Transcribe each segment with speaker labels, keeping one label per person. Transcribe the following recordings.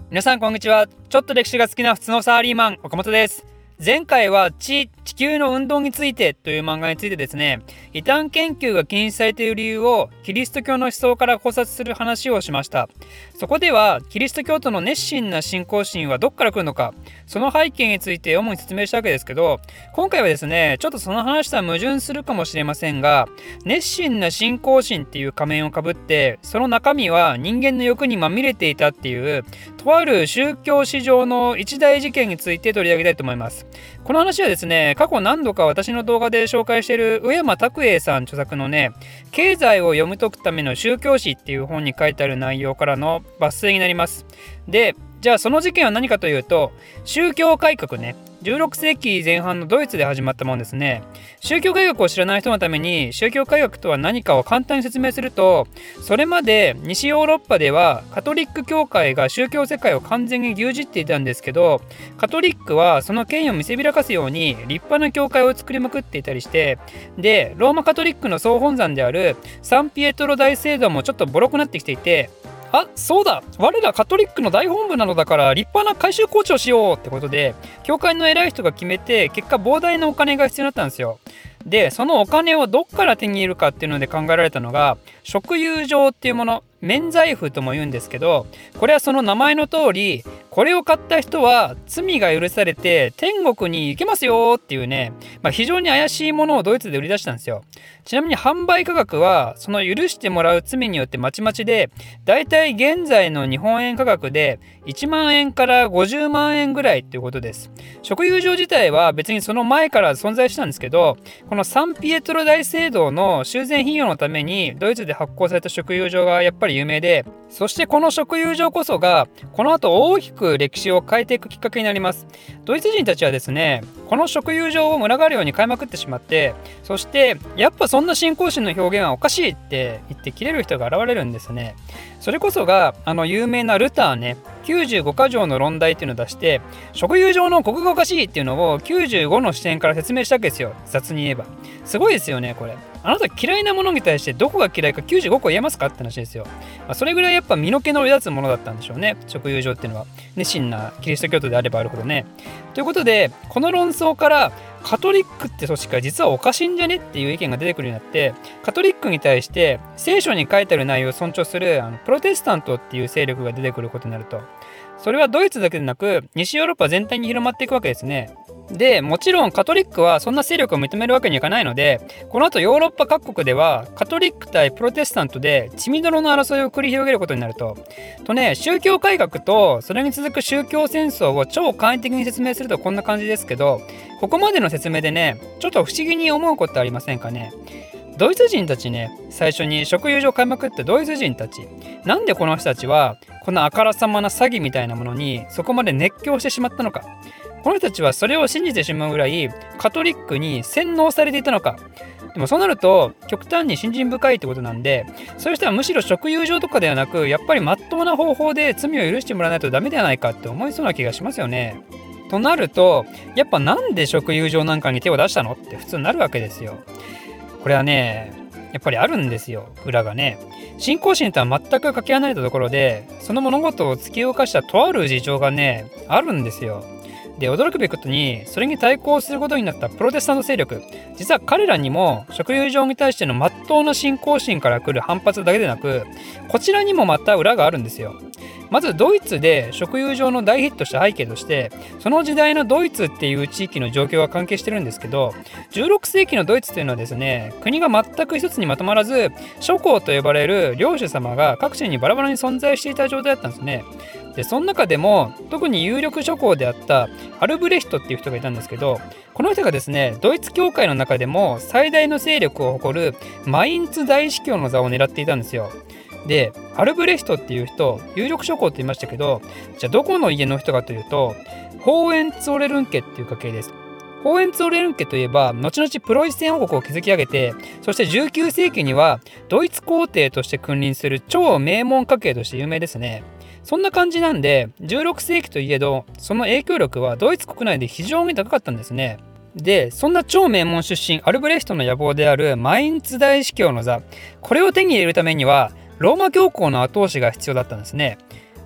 Speaker 1: 皆さんこんにちは。ちょっと歴史が好きな普通のサラリーマン岡本です。前回は地球の運動についてという漫画についてですね、異端研究が禁止されている理由をキリスト教の思想から考察する話をしました。そこではキリスト教徒の熱心な信仰心はどっから来るのか、その背景について主に説明したわけですけど、今回はですね、ちょっとその話とは矛盾するかもしれませんが、熱心な信仰心っていう仮面をかぶって、その中身は人間の欲にまみれていたっていうとある宗教史上の一大事件について取り上げたいと思います。この話はですね、過去何度か私の動画で紹介している上山拓英さん著作のね、経済を読み解くための宗教史っていう本に書いてある内容からの抜粋になります。で、じゃあその事件は何かというと、宗教改革ね。16世紀前半のドイツで始まったものですね。宗教改革を知らない人のために宗教改革とは何かを簡単に説明すると、それまで西ヨーロッパではカトリック教会が宗教世界を完全に牛耳っていたんですけど、カトリックはその権威を見せびらかすように立派な教会を作りまくっていたりして、でローマカトリックの総本山であるサンピエトロ大聖堂もちょっとボロくなってきていて、そうだ、我らカトリックの大本部なのだから立派な改修工事をしようってことで、教会の偉い人が決めて、結果膨大なお金が必要になったんですよ。でそのお金をどっから手に入れるかっていうので考えられたのが贖油場っていうもの、免罪符とも言うんですけど、これはその名前の通り、これを買った人は罪が許されて天国に行けますよっていうね、非常に怪しいものをドイツで売り出したんですよ。ちなみに販売価格はその許してもらう罪によってまちまちで、だいたい現在の日本円価格で1万円から50万円ぐらいっていうことです。贖油場自体は別にその前から存在したんですけど、このサンピエトロ大聖堂の修繕費用のためにドイツで発行された贖油場がやっぱり有名で、そしてこの贖油場こそがこの後大きく歴史を変えていくきっかけになります。ドイツ人たちはですね、この贖油場を群がるように買いまくってしまって、そしてやっぱそんな信仰心の表現はおかしいって言って切れる人が現れるんですね。それこそが有名なルターね、95箇条の論題っていうのを出して、贖油場のここがおかしいっていうのを95の視点から説明したわけですよ。雑に言えばすごいですよね。これあなた嫌いなものに対してどこが嫌いか95個言えますかって話ですよ。それぐらいやっぱ身の毛の目立つものだったんでしょうね、贖油場っていうのは。熱心なキリスト教徒であればあるほどね。ということで、この論争からカトリックって組織は実はおかしいんじゃねっていう意見が出てくるようになって、カトリックに対して聖書に書いてある内容を尊重するプロテスタントっていう勢力が出てくることになると、それはドイツだけでなく西ヨーロッパ全体に広まっていくわけですね。でもちろんカトリックはそんな勢力を認めるわけにはいかないので、この後ヨーロッパ各国ではカトリック対プロテスタントで血みどろの争いを繰り広げることになるとね、宗教改革とそれに続く宗教戦争を超簡易的に説明するとこんな感じですけど、ここまでの説明でね、ちょっと不思議に思うことありませんかね。ドイツ人たちね、最初に贖油場を買いまくったドイツ人たち、なんでこの人たちはこんなあからさまな詐欺みたいなものにそこまで熱狂してしまったのか。この人たちはそれを信じてしまうぐらいカトリックに洗脳されていたのか。でもそうなると極端に信心深いってことなんで、そういう人はむしろ贖油場とかではなく、やっぱり真っ当な方法で罪を許してもらわないとダメではないかって思いそうな気がしますよね。となると、やっぱなんで贖油場なんかに手を出したのって普通になるわけですよ。これはね、やっぱりあるんですよ、裏がね。信仰心とは全くかけ離れたところで、その物事を突き動かしたとある事情がね、あるんですよ。で、驚くべきことに、それに対抗することになったプロテスタント勢力、実は彼らにも贖油場に対しての真っ当な信仰心から来る反発だけでなく、こちらにもまた裏があるんですよ。まずドイツで贖油場の大ヒットした背景として、その時代のドイツっていう地域の状況が関係してるんですけど、16世紀のドイツというのはですね、国が全く一つにまとまらず、諸侯と呼ばれる領主様が各地にバラバラに存在していた状態だったんですね。でその中でも特に有力諸侯であったアルブレヒトっていう人がいたんですけど、この人がですね、ドイツ教会の中でも最大の勢力を誇るマインツ大司教の座を狙っていたんですよ。でアルブレヒトっていう人、有力諸侯って言いましたけど、じゃあどこの家の人かというと、ホーエンツォレルン家っていう家系です。ホーエンツォレルン家といえば後々プロイセン王国を築き上げて、そして19世紀にはドイツ皇帝として君臨する超名門家系として有名ですね。そんな感じなんで、16世紀といえどその影響力はドイツ国内で非常に高かったんですね。でそんな超名門出身アルブレヒトの野望であるマインツ大司教の座、これを手に入れるためにはローマ教皇の後押しが必要だったんですね。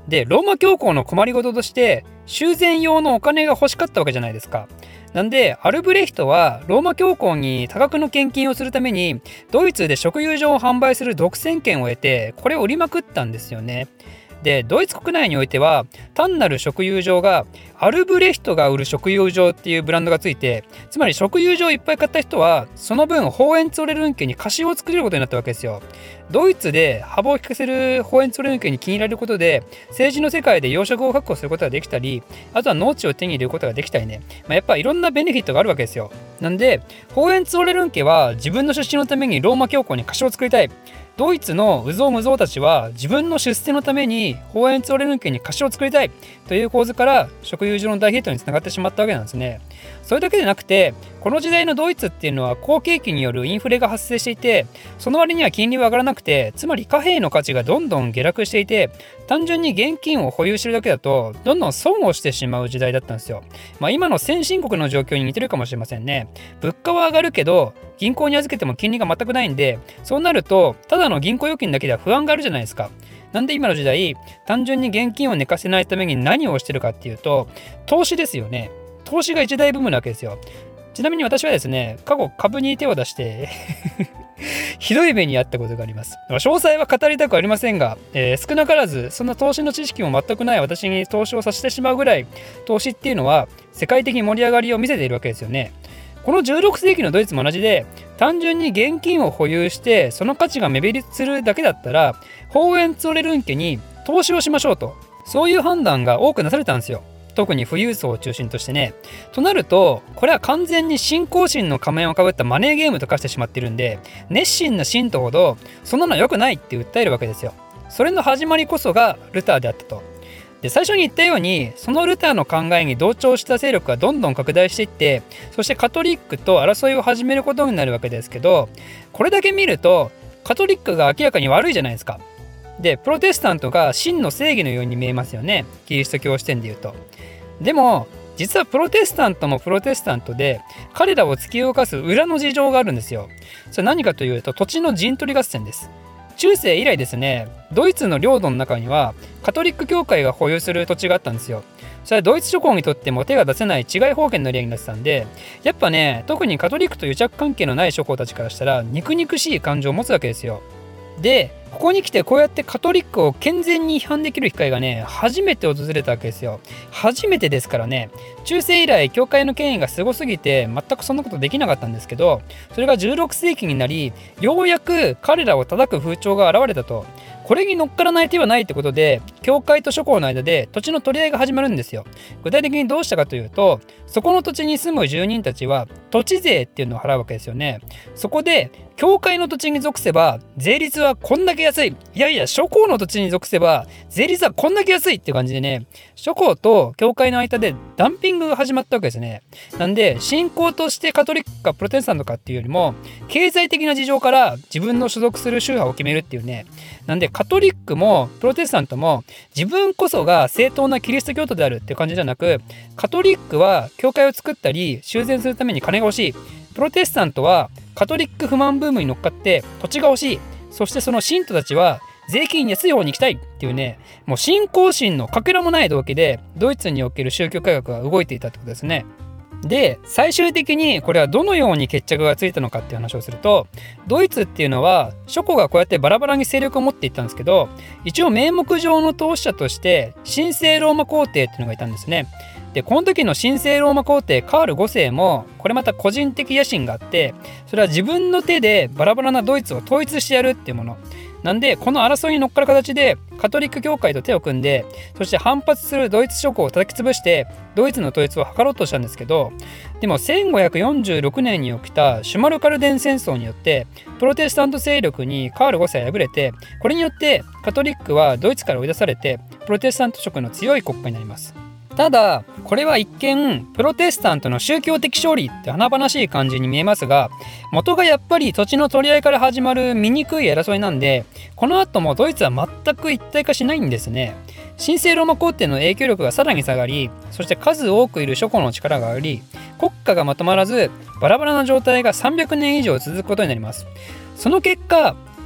Speaker 1: で、ローマ教皇の困りごととして修繕用のお金が欲しかったわけじゃないですか。なんでアルブレヒトはローマ教皇に多額の献金をするためにドイツで食油場を販売する独占権を得て、これを売りまくったんですよね。で、ドイツ国内においては単なる食油場がアルブレヒトが売る食油場っていうブランドがついて、つまり食油場をいっぱい買った人はその分ホーエンツォレルン家に貸しを作れることになったわけですよ。ドイツで幅を利かせるホーエンツォレルン家に気に入られることで政治の世界で要職を確保することができたり、あとは農地を手に入れることができたりね、やっぱいろんなベネフィットがあるわけですよ。なんでホーエンツォレルン家は自分の出身のためにローマ教皇に貸しを作りたい。ドイツの有象無象たちは自分の出世のためにホーエンツォレルン家に貸しを作りたいという構図から食油上の大ヒットにつながってしまったわけなんですね。それだけでなくて、この時代のドイツっていうのは好景気によるインフレが発生していて、その割には金利は上がらなくて、つまり貨幣の価値がどんどん下落していて、単純に現金を保有してるだけだとどんどん損をしてしまう時代だったんですよ。今の先進国の状況に似てるかもしれませんね。物価は上がるけど銀行に預けても金利が全くないんで、そうなるとただの銀行預金だけでは不安があるじゃないですか。なんで今の時代単純に現金を寝かせないために何をしてるかっていうと、投資ですよね。投資が一大ブームなわけですよ。ちなみに私はですね、過去株に手を出してひどい目に遭ったことがあります。詳細は語りたくありませんが、少なからずそんな投資の知識も全くない私に投資をさせてしまうぐらい、投資っていうのは世界的に盛り上がりを見せているわけですよね。この16世紀のドイツも同じで、単純に現金を保有してその価値が目減りするだけだったらホーエンツォレルン家に投資をしましょうと、そういう判断が多くなされたんですよ。特に富裕層を中心としてね。となるとこれは完全に信仰心の仮面をかぶったマネーゲームと化してしまってるんで、熱心な信徒ほどそんなの良くないって訴えるわけですよ。それの始まりこそがルターであったと。で、最初に言ったようにそのルターの考えに同調した勢力がどんどん拡大していって、そしてカトリックと争いを始めることになるわけですけど、これだけ見るとカトリックが明らかに悪いじゃないですか。で、プロテスタントが真の正義のように見えますよね、キリスト教視点で言うと。でも実はプロテスタントもプロテスタントで彼らを突き動かす裏の事情があるんですよ。それ何かというと、土地の陣取り合戦です。中世以来ですね、ドイツの領土の中にはカトリック教会が保有する土地があったんですよ。それはドイツ諸侯にとっても手が出せない治外法権のエリアになってたんで、やっぱね、特にカトリックと癒着関係のない諸侯たちからしたら憎々しい感情を持つわけですよ。で、ここに来てこうやってカトリックを健全に批判できる機会がね、初めて訪れたわけですよ。初めてですからね。中世以来教会の権威がすごすぎて全くそんなことできなかったんですけど、それが16世紀になりようやく彼らを叩く風潮が現れたと。これに乗っからない手はないってことで、教会と諸侯の間で土地の取り合いが始まるんですよ。具体的にどうしたかというと、そこの土地に住む住人たちは土地税っていうのを払うわけですよね。そこで教会の土地に属せば税率はこんだけ安い、いやいや諸侯の土地に属せば税率はこんだけ安いっていう感じでね、諸侯と教会の間でダンピングが始まったわけですね。なんで信仰としてカトリックかプロテスタントかっていうよりも経済的な事情から自分の所属する宗派を決めるっていうね。なんでカトリックもプロテスタントも自分こそが正当なキリスト教徒であるっていう感じじゃなく、カトリックは教会を作ったり修繕するために金が欲しい、プロテスタントはカトリック不満ブームに乗っかって土地が欲しい、そしてその信徒たちは税金安い方に行きたいっていうね、もう信仰心のかけらもない動機でドイツにおける宗教改革が動いていたってことですね。で、最終的にこれはどのように決着がついたのかっていう話をすると、ドイツっていうのは諸侯がこうやってバラバラに勢力を持っていったんですけど、一応名目上の統治者として神聖ローマ皇帝っていうのがいたんですね。で、この時の神聖ローマ皇帝カール5世もこれまた個人的野心があって、それは自分の手でバラバラなドイツを統一してやるっていうものなんで、この争いに乗っかる形でカトリック教会と手を組んで、そして反発するドイツ諸侯を叩き潰してドイツの統一を図ろうとしたんですけど、でも1546年に起きたシュマルカルデン戦争によってプロテスタント勢力にカール5世は敗れて、これによってカトリックはドイツから追い出されてプロテスタント色の強い国家になります。ただこれは一見プロテスタントの宗教的勝利って華々しい感じに見えますが、元がやっぱり土地の取り合いから始まる醜い争いなんで、この後もドイツは全く一体化しないんですね。神聖ローマ皇帝の影響力がさらに下がり、そして数多くいる諸侯の力が上がり、国家がまとまらずバラバラな状態が300年以上続くことになります。その結果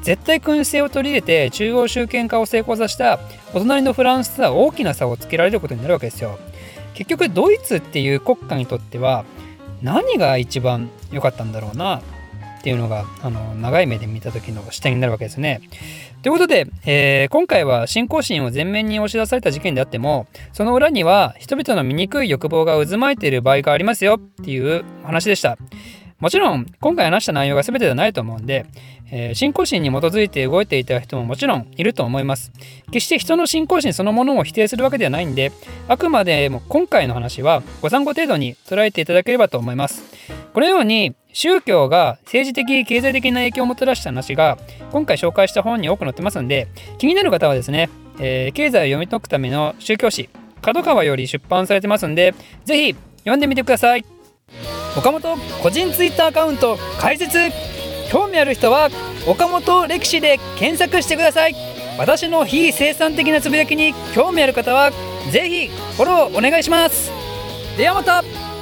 Speaker 1: 絶対君主制を取り入れて中央集権化を成功させたお隣のフランスとは大きな差をつけられることになるわけですよ。結局ドイツっていう国家にとっては何が一番良かったんだろうなっていうのが長い目で見た時の視点になるわけですね。ということで、今回は信仰心を前面に押し出された事件であっても、その裏には人々の醜い欲望が渦巻いている場合がありますよっていう話でした。もちろん今回話した内容が全てではないと思うんで、信仰心に基づいて動いていた人ももちろんいると思います。決して人の信仰心そのものを否定するわけではないんで、あくまでも今回の話はご参考程度に捉えていただければと思います。このように宗教が政治的経済的な影響をもたらした話が今回紹介した本に多く載ってますんで、気になる方はですね、経済を読み解くための宗教史角川より出版されてますんで、ぜひ読んでみてください。岡本個人ツイッターアカウント開設。興味ある人は岡本歴史で検索してください。私の非生産的なつぶやきに興味ある方はぜひフォローお願いします。ではまた。